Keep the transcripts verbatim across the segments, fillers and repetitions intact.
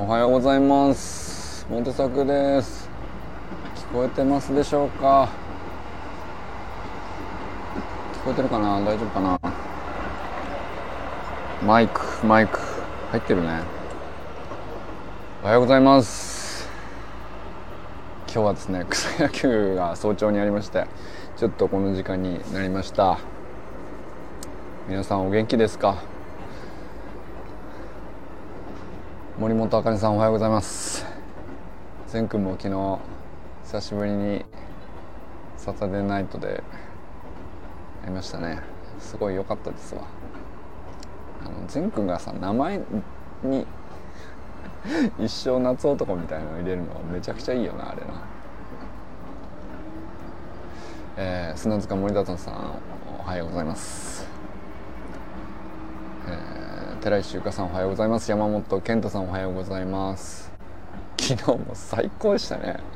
おはようございます。モテ作です。聞こえてますでしょうか。聞こえてるかな、大丈夫かな。マイクマイク入ってるね。おはようございます。今日はですね、草野球が早朝にありまして、ちょっとこの時間になりました。皆さんお元気ですか。森本あかねさん、おはようございます。善くんも昨日久しぶりにサタデーナイトで会いましたね。すごい良かったですわ。あの善くんがさ、名前に一生夏男みたいなの入れるのめちゃくちゃいいよな、あれな。えー、砂塚森田さん、おはようございます。えー寺石ゆかさん、おはようございます。山本健太さん、おはようございます。昨日も最高でしたね。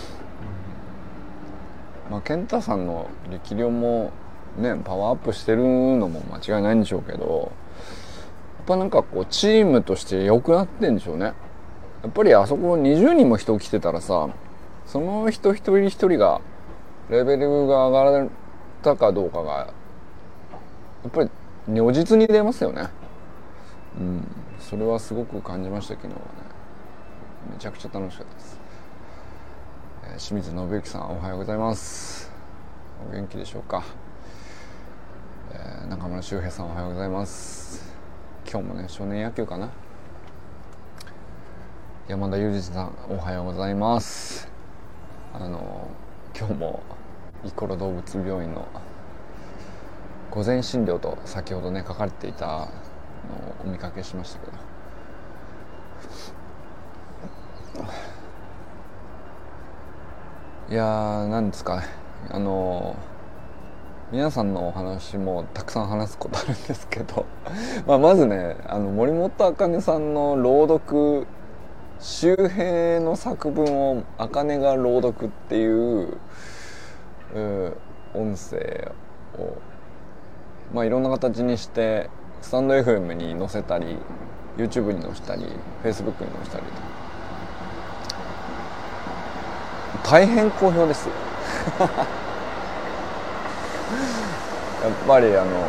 まあ健太さんの力量もね、パワーアップしてるのも間違いないんでしょうけど、やっぱなんかこうチームとして良くなってんでしょうね。やっぱりあそこにじゅうにんも人来てたらさ、その人一人一人がレベルが上がったかどうかがやっぱり如実に出ますよね。うん、それはすごく感じました。昨日はね、めちゃくちゃ楽しかったです。えー、清水信之さん、おはようございます。お元気でしょうか。えー、中村修平さん、おはようございます。今日もね、少年野球かな。山田裕二さん、おはようございます。あの今日もイコロ動物病院の午前診療と先ほどね書かれていたのをお見かけしましたけど、いやー、なんですかね、あの皆さんのお話もたくさん話すことあるんですけどまあまずね、あの森本あかねさんの朗読、周平の作文をあかねが朗読っていう、う音声をまあいろんな形にしてスタンド エフエム に載せたり YouTube に載せたり Facebook に載せたりと大変好評ですよやっぱりあの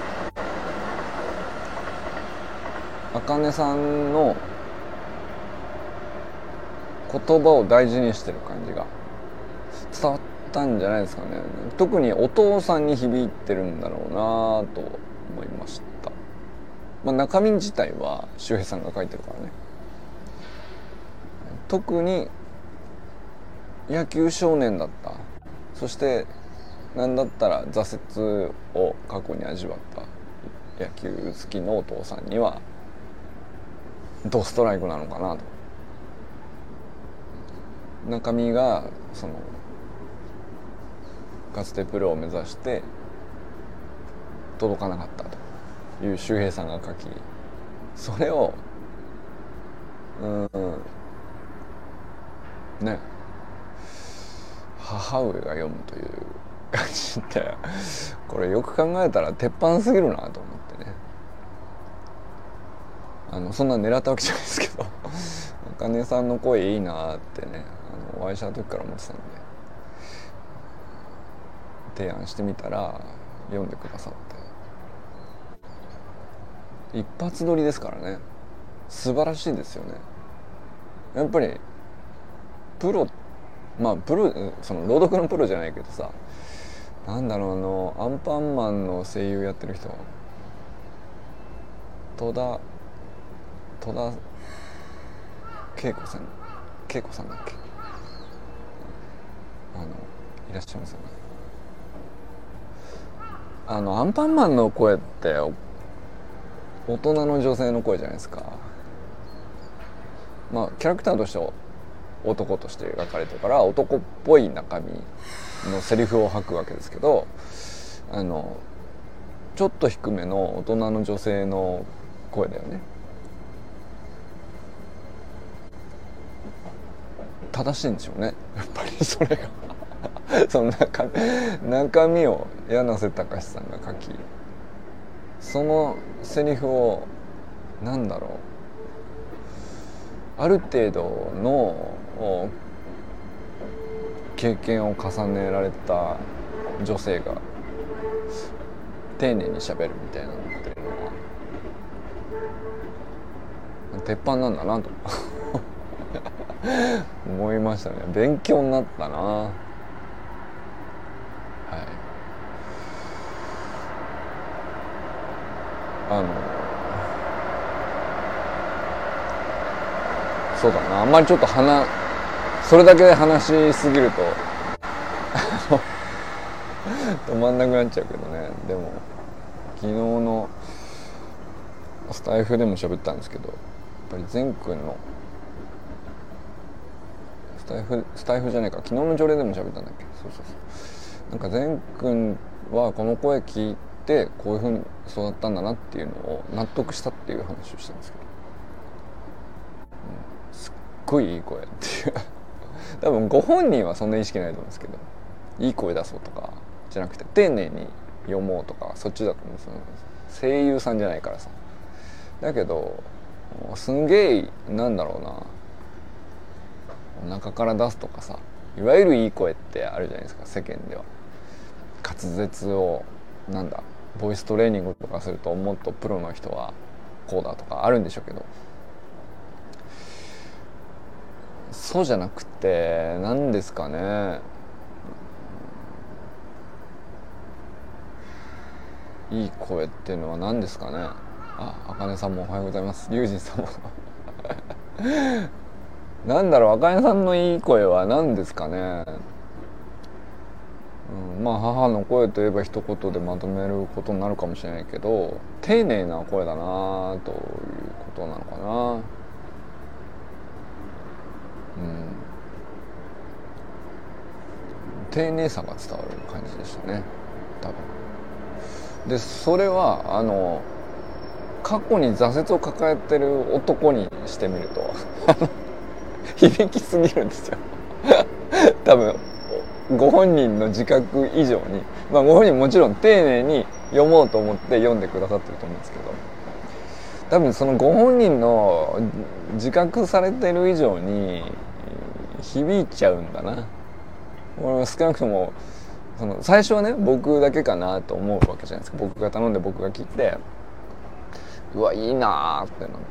あかねさんの言葉を大事にしてる感じが伝わったんじゃないですかね。特にお父さんに響いてるんだろうなと思いました。まあ、中身自体は周平さんが書いてるからね。特に野球少年だった、そしてなんだったら挫折を過去に味わった野球好きのお父さんにはドストライクなのかなと。中身がそのかつてプロを目指して届かなかったという周平さんが書き、それをうんね、母上が読むという感じで、これよく考えたら鉄板すぎるなと思ってね。あのそんな狙ったわけじゃないですけどあかねさんの声いいなってね、あのお会いした時から思ってたんで提案してみたら読んでくださって、一発撮りですからね、素晴らしいですよね。やっぱりプロ、まあプロ、その朗読のプロじゃないけどさ、なんだろう、あのアンパンマンの声優やってる人、戸田戸田恵子さん恵子さんだっけ、あのいらっしゃいますよね。あのアンパンマンの声って大人の女性の声じゃないですか。まあキャラクターとしては男として描かれてるから男っぽい中身のセリフを吐くわけですけど、あのちょっと低めの大人の女性の声だよね。正しいんでしょうね、やっぱりそれがその中中身を柳瀬隆さんが書き、そのセリフをなんだろある程度の経験を重ねられた女性が丁寧に喋るみたいなのっていうのは鉄板なんだなと思いましたね。勉強になったな。はい。あのそうだな、あんまりちょっと話それだけで話しすぎると止まんなくなっちゃうけどね。でも昨日のスタイフでも喋ったんですけど、やっぱり善くんのスタイフスタイフじゃないか昨日の条例でも喋ったんだっけ。そうそうそう。なんか善くんはこの声聞いてこういう風に育ったんだなっていうのを納得したっていう話をしたんですけど、うん、すっごいいい声っていう多分ご本人はそんな意識ないと思うんですけど、いい声出そうとかじゃなくて丁寧に読もうとかそっちだと思うんですよ。声優さんじゃないからさ。だけどすんげえなんだろうな、お腹から出すとかさ、いわゆるいい声ってあるじゃないですか世間では。滑舌をなんだボイストレーニングとかするともっとプロの人はこうだとかあるんでしょうけど、そうじゃなくて何ですかね、いい声っていうのは何ですかね。あ、あかねさんもおはようございます。りゅうじんさんもなんだろう、あかねさんのいい声は何ですかね。うん、まあ母の声といえば一言でまとめることになるかもしれないけど、丁寧な声だなということなのかな。うん、丁寧さが伝わる感じでしたね多分。でそれはあの過去に挫折を抱えてる男にしてみると響きすぎるんですよ多分ご本人の自覚以上に、まあご本人もちろん丁寧に読もうと思って読んでくださってると思うんですけど、多分そのご本人の自覚されてる以上に響いちゃうんだな。俺は少なくともその最初はね僕だけかなと思うわけじゃないですか。僕が頼んで僕が聞いてうわいいなーってなって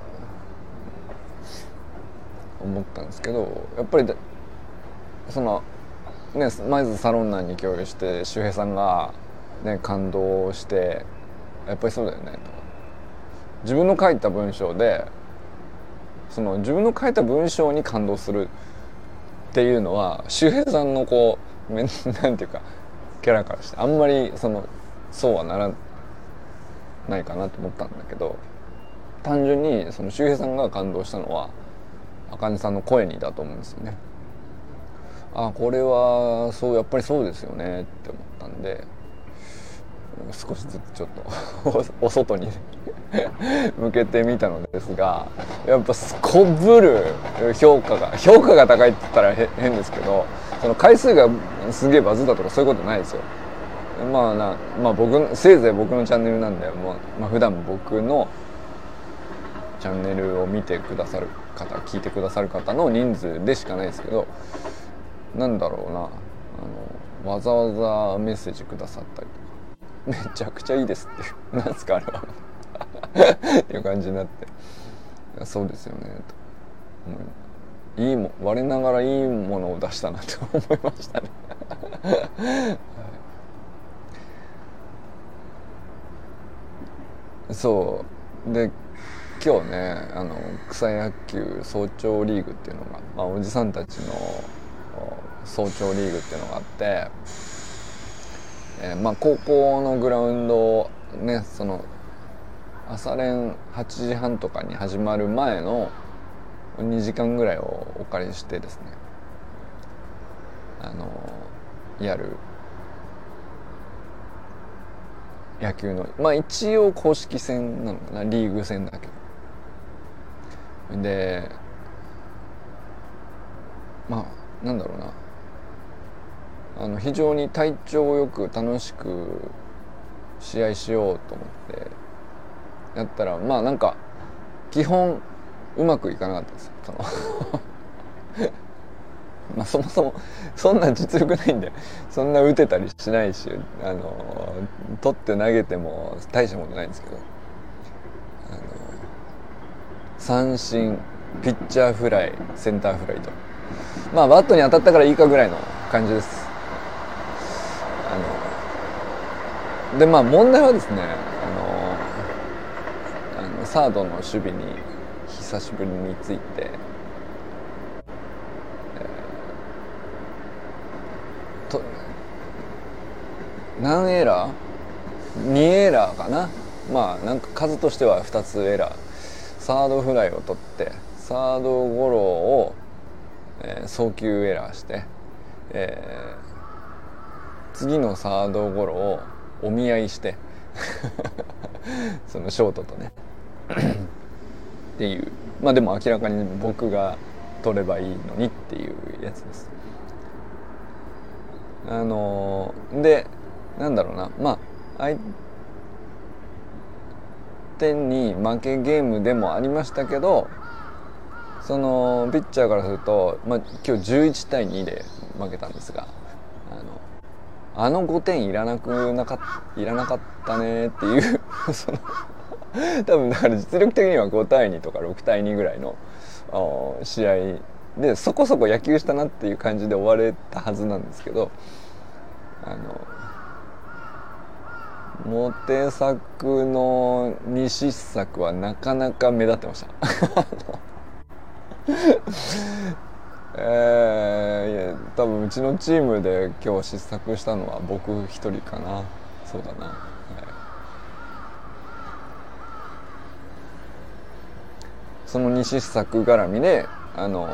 思ったんですけど、やっぱりでそのねまずサロン内に共有して周平さんがね感動してやっぱりそうだよねと、自分の書いた文章でその自分の書いた文章に感動するっていうのは周平さんのこうなんていうかキャラからしてあんまりそのそうはならないかなと思ったんだけど、単純にその周平さんが感動したのはあかねさんの声にだと思うんですよね。あ、これはそうやっぱりそうですよねって思ったんで、少しずつちょっとお外に向けてみたのですが、やっぱすこぶる評価が評価が高いって言ったら変ですけど、その回数がすげえバズったとかそういうことないですよ。まあな、まあ僕せいぜい僕のチャンネルなんで、もう、まあ、普段僕のチャンネルを見てくださる方、聞いてくださる方の人数でしかないですけど、なんだろうな、あのわざわざメッセージくださったりとか、めちゃくちゃいいですっていうなんすかあれはっていう感じになって、そうですよねと、いいも我ながらいいものを出したなと思いましたねそうで今日ねあの草野球早朝リーグっていうのが、まあ、おじさんたちの早朝リーグっていうのがあって、えー、まあ高校のグラウンドをね、その朝練はちじはんとかに始まる前のにじかんぐらいをお借りしてですね、あのやる野球の、まあ一応公式戦なのかな、リーグ戦だけど、でまあなんだろうな、あの非常に体調よく楽しく試合しようと思ってやったら、まあなんか基本うまくいかなかったですよ。そのまあそもそもそんな実力ないんでそんな打てたりしないし、あの取って投げても大したことないんですけど、あの三振、ピッチャーフライ、センターフライと、まあバットに当たったからいいかぐらいの感じです。あのでまあ問題はですね、あのあのサードの守備に久しぶりについて、と何エラー ?に エラーかな。まあなんか数としてはふたつエラー、サードフライを取ってサードゴロを、えー、送球エラーして、えー、次のサードゴロをお見合いしてそのショートとねっていう、まあでも明らかに僕が取ればいいのにっていうやつです。あのー、でなんだろうな、まあ相手に負けゲームでもありましたけど、そのピッチャーからすると、まあ、今日じゅういちたいにで負けたんですが、あのあのごてんいらなくなかいらなかったねっていうその多分だから実力的にはごたいにとかろくたいにぐらいの試合でそこそこ野球したなっていう感じで終われたはずなんですけど、あのモテ作の西作はなかなか目立ってましたえー、いや多分うちのチームで今日失策したのは僕一人かな。そうだな、はい、その西作絡みであの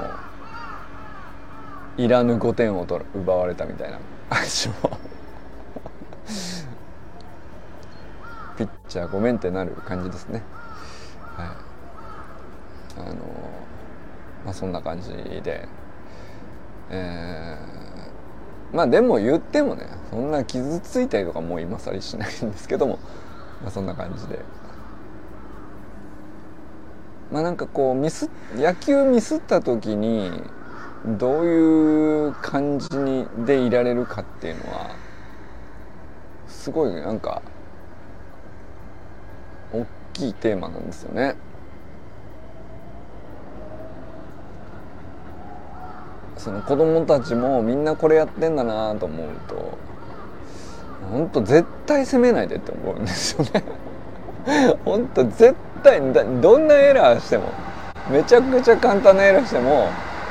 いらぬごてんを取奪われたみたいな話もピッチャーごめんってなる感じですね。はい、あのまあそんな感じで、えー、まあでも言ってもね、そんな傷ついたりとかもう今更しないんですけども、まあ、そんな感じで、まあなんかこうミス野球ミスった時にどういう感じにでいられるかっていうのはすごいなんか大きいテーマなんですよね。その子供たちもみんなこれやってんだなと思うと、本当絶対責めないでって思うんですよね本当絶対どんなエラーしても、めちゃくちゃ簡単なエラーしても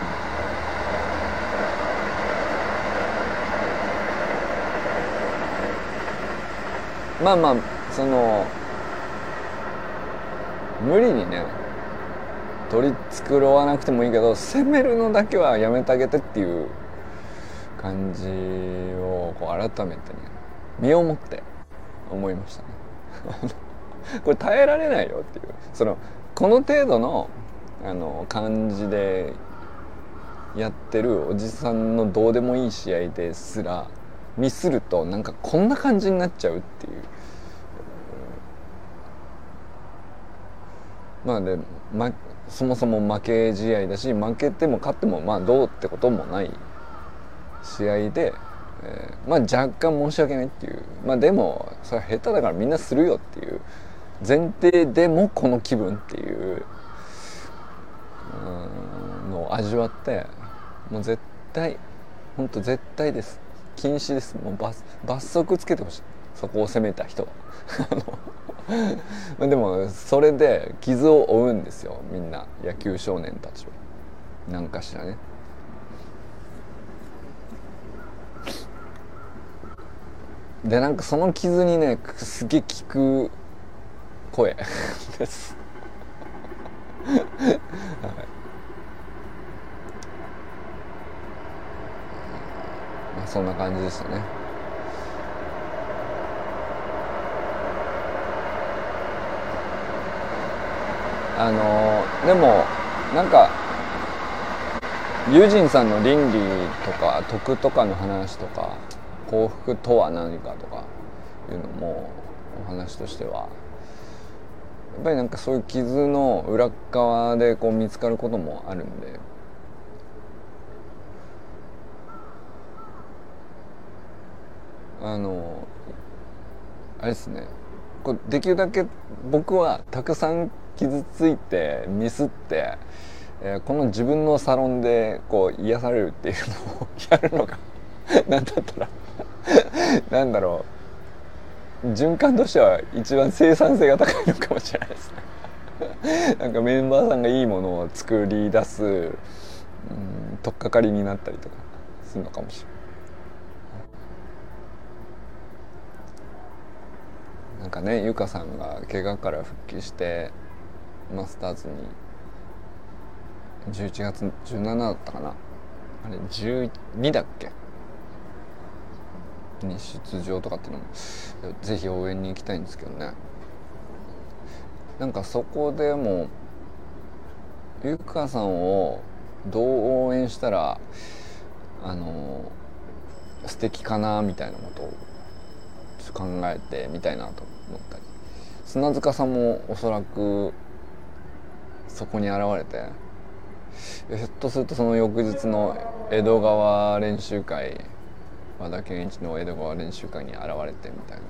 まあまあその無理にね取り繕わなくてもいいけど、攻めるのだけはやめてあげてっていう感じをこう改めてね身をもって思いましたねこれ耐えられないよっていう、そのこの程度のあの感じでやってるおじさんのどうでもいい試合ですらミスるとなんかこんな感じになっちゃうっていう、まあで、ま、そもそも負け試合だし、負けても勝ってもまあどうってこともない試合で、えー、まあ若干申し訳ないっていう、まあでもそれは下手だからみんなするよっていう前提でもこの気分っていうのを味わって、もう絶対本当絶対です、禁止です、もう 罰, 罰則つけてほしい、そこを責めた人はでもそれで傷を負うんですよ、みんな野球少年たちは何かしらね。でなんかその傷にねすげえ効く声ですはい、まあ、そんな感じでしたね。あのー、でもなんかユージンさんの倫理とか徳とかの話とか幸福とは何かとかいうのもお話としてはぱりなんかそういう傷の裏側でこう見つかることもあるんで、あのあれですね、こうできるだけ僕はたくさん傷ついてミスって、えー、この自分のサロンでこう癒されるっていうのをやるのがなんだったらなんだろう、循環としては一番生産性が高いのかもしれないですねなんかメンバーさんがいいものを作り出す、うん、取っかかりになったりとかするのかもしれない。なんかね、ゆかさんが怪我から復帰してマスターズにじゅういちがつじゅうしちだったかな、あれじゅうにだっけに出場とかっていうのもぜひ応援に行きたいんですけどね。なんかそこでもゆかさんをどう応援したらあの素敵かなみたいなことを考えてみたいなと思ったり、砂塚さんもおそらくそこに現れて、ひょっとするとその翌日の江戸川練習会、和田健一の江戸川練習会に現れてみたいな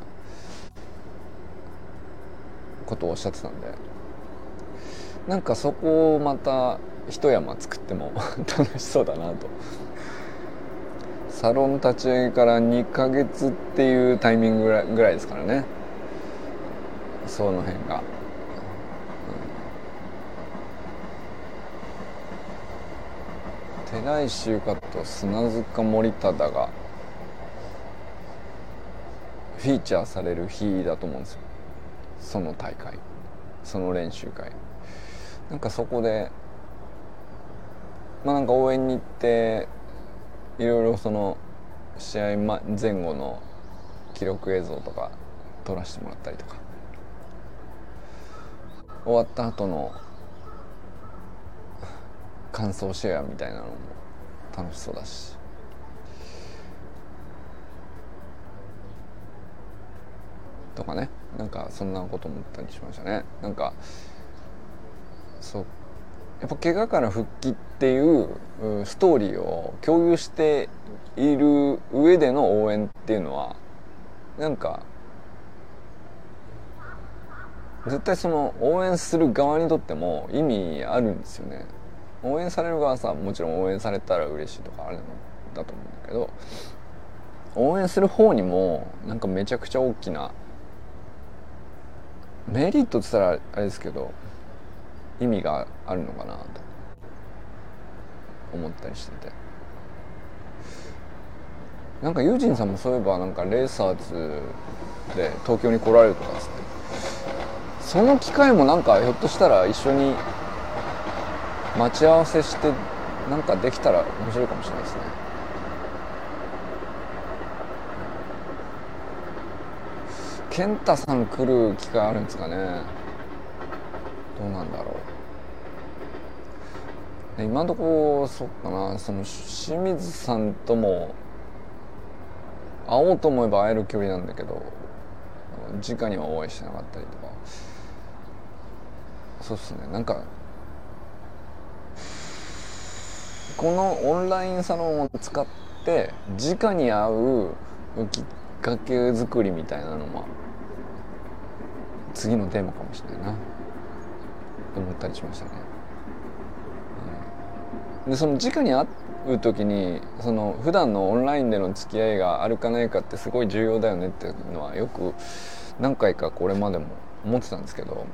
ことをおっしゃってたんで、なんかそこをまた一山作っても楽しそうだなと。サロン立ち上げからにかげつっていうタイミングぐらい、ぐらいですからね、その辺が、うん、寺石ゆかと砂塚森忠がフィーチャーされる日だと思うんですよ、その大会、その練習会。なんかそこでまあなんか応援に行っていろいろその試合前後の記録映像とか撮らせてもらったりとか、終わった後の感想シェアみたいなのも楽しそうだし、とかね、なんかそんなこと思ったりしましたね。なんかそうやっぱ怪我から復帰っていうストーリーを共有している上での応援っていうのはなんか絶対その応援する側にとっても意味あるんですよね。応援される側はさ、もちろん応援されたら嬉しいとかあるんだと思うんだけど、応援する方にもなんかめちゃくちゃ大きなメリットって言ったらあれですけど意味があるのかなと思ったりしてて、なんかユージンさんもそういえばなんかレーサーズで東京に来られるとかっつって、その機会もなんかひょっとしたら一緒に待ち合わせしてなんかできたら面白いかもしれないですね。健太さん来る機会あるんですかね。どうなんだろう。今のところそっかな、その清水さんとも会おうと思えば会える距離なんだけど直にはお会いしてなかったりとか、そうっすね、なんかこのオンラインサロンを使って直に会うきっかけ作りみたいなのも次のテーマかもしれないなと思ったりしましたね。うん、でその直に会う時にその普段のオンラインでの付き合いがあるかないかってすごい重要だよねっていうのはよく何回かこれまでも思ってたんですけど、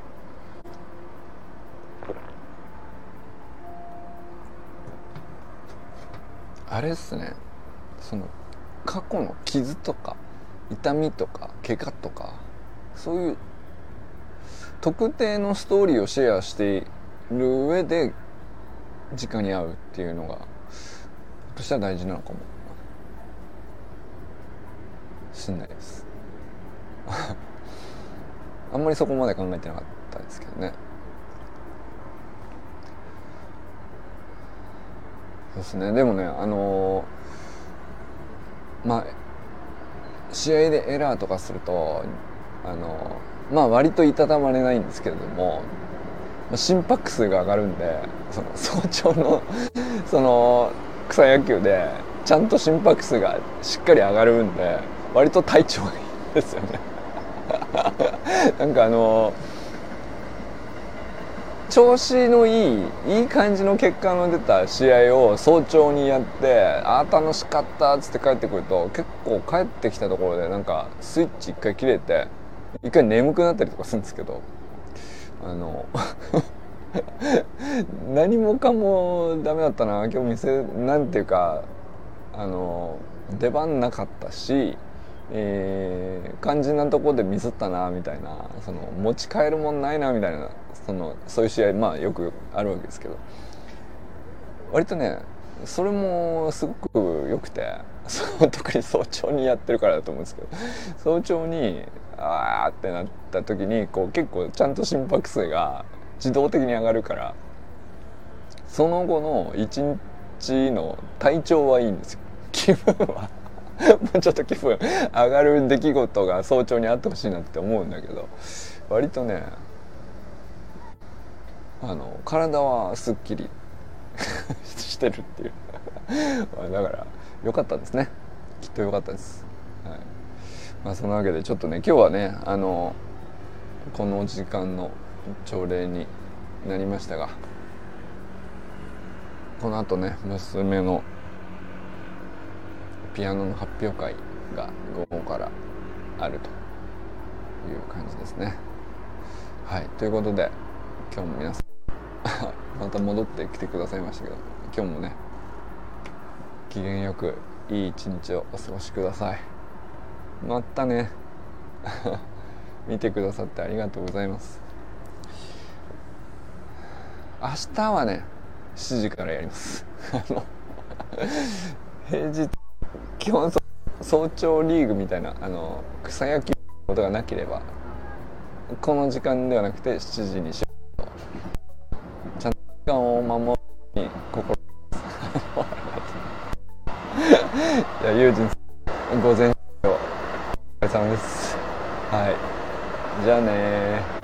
あれっすね、その過去の傷とか痛みとか怪我とかそういう特定のストーリーをシェアしている上で直に会うっていうのがひょっとしたら大事なのかもしんないですあんまりそこまで考えてなかったですけどね。そうですね。でもね、あのー、まあ試合でエラーとかすると、あのまあ割といたたまれないんですけれども、心拍数が上がるんで、その早朝のその草野球でちゃんと心拍数がしっかり上がるんで、割と体調がいいんですよねなんかあの調子のいいいい感じの結果の出た試合を早朝にやって、ああ楽しかったっつって帰ってくると、結構帰ってきたところでなんかスイッチ一回切れて一回眠くなったりとかするんですけど、あの何もかもダメだったな今日。店なんていうか、あの出番なかったし、えー、肝心なところでミスったなみたいな、その持ち帰るもんないなみたいな、そのそういう試合まあよくあるわけですけど、割とねそれもすごく良くて、特に早朝にやってるからだと思うんですけど、早朝にあーってなった時にこう結構ちゃんと心拍数が自動的に上がるから、その後の一日の体調はいいんですよ。気分はもうちょっと気分上がる出来事が早朝にあってほしいなって思うんだけど、割とねあの体はすっきりしてるっていうだから良かったですね。きっと良かったです、はい。まあそのわけでちょっとね今日はねあのこの時間の朝礼になりましたが、この後ね娘のピアノの発表会が午後からあるという感じですね。はい、ということで今日も皆さんまた戻ってきてくださいましたけど、今日もね機嫌よくいい一日をお過ごしください。またね見てくださってありがとうございます。明日はねしちじからやります平日基本早朝リーグみたいなあの草野球のことがなければこの時間ではなくてしちじにしようと、ちゃんと時間を守るに心いやユージンさん午前中お疲れ様です。はい、じゃあねー。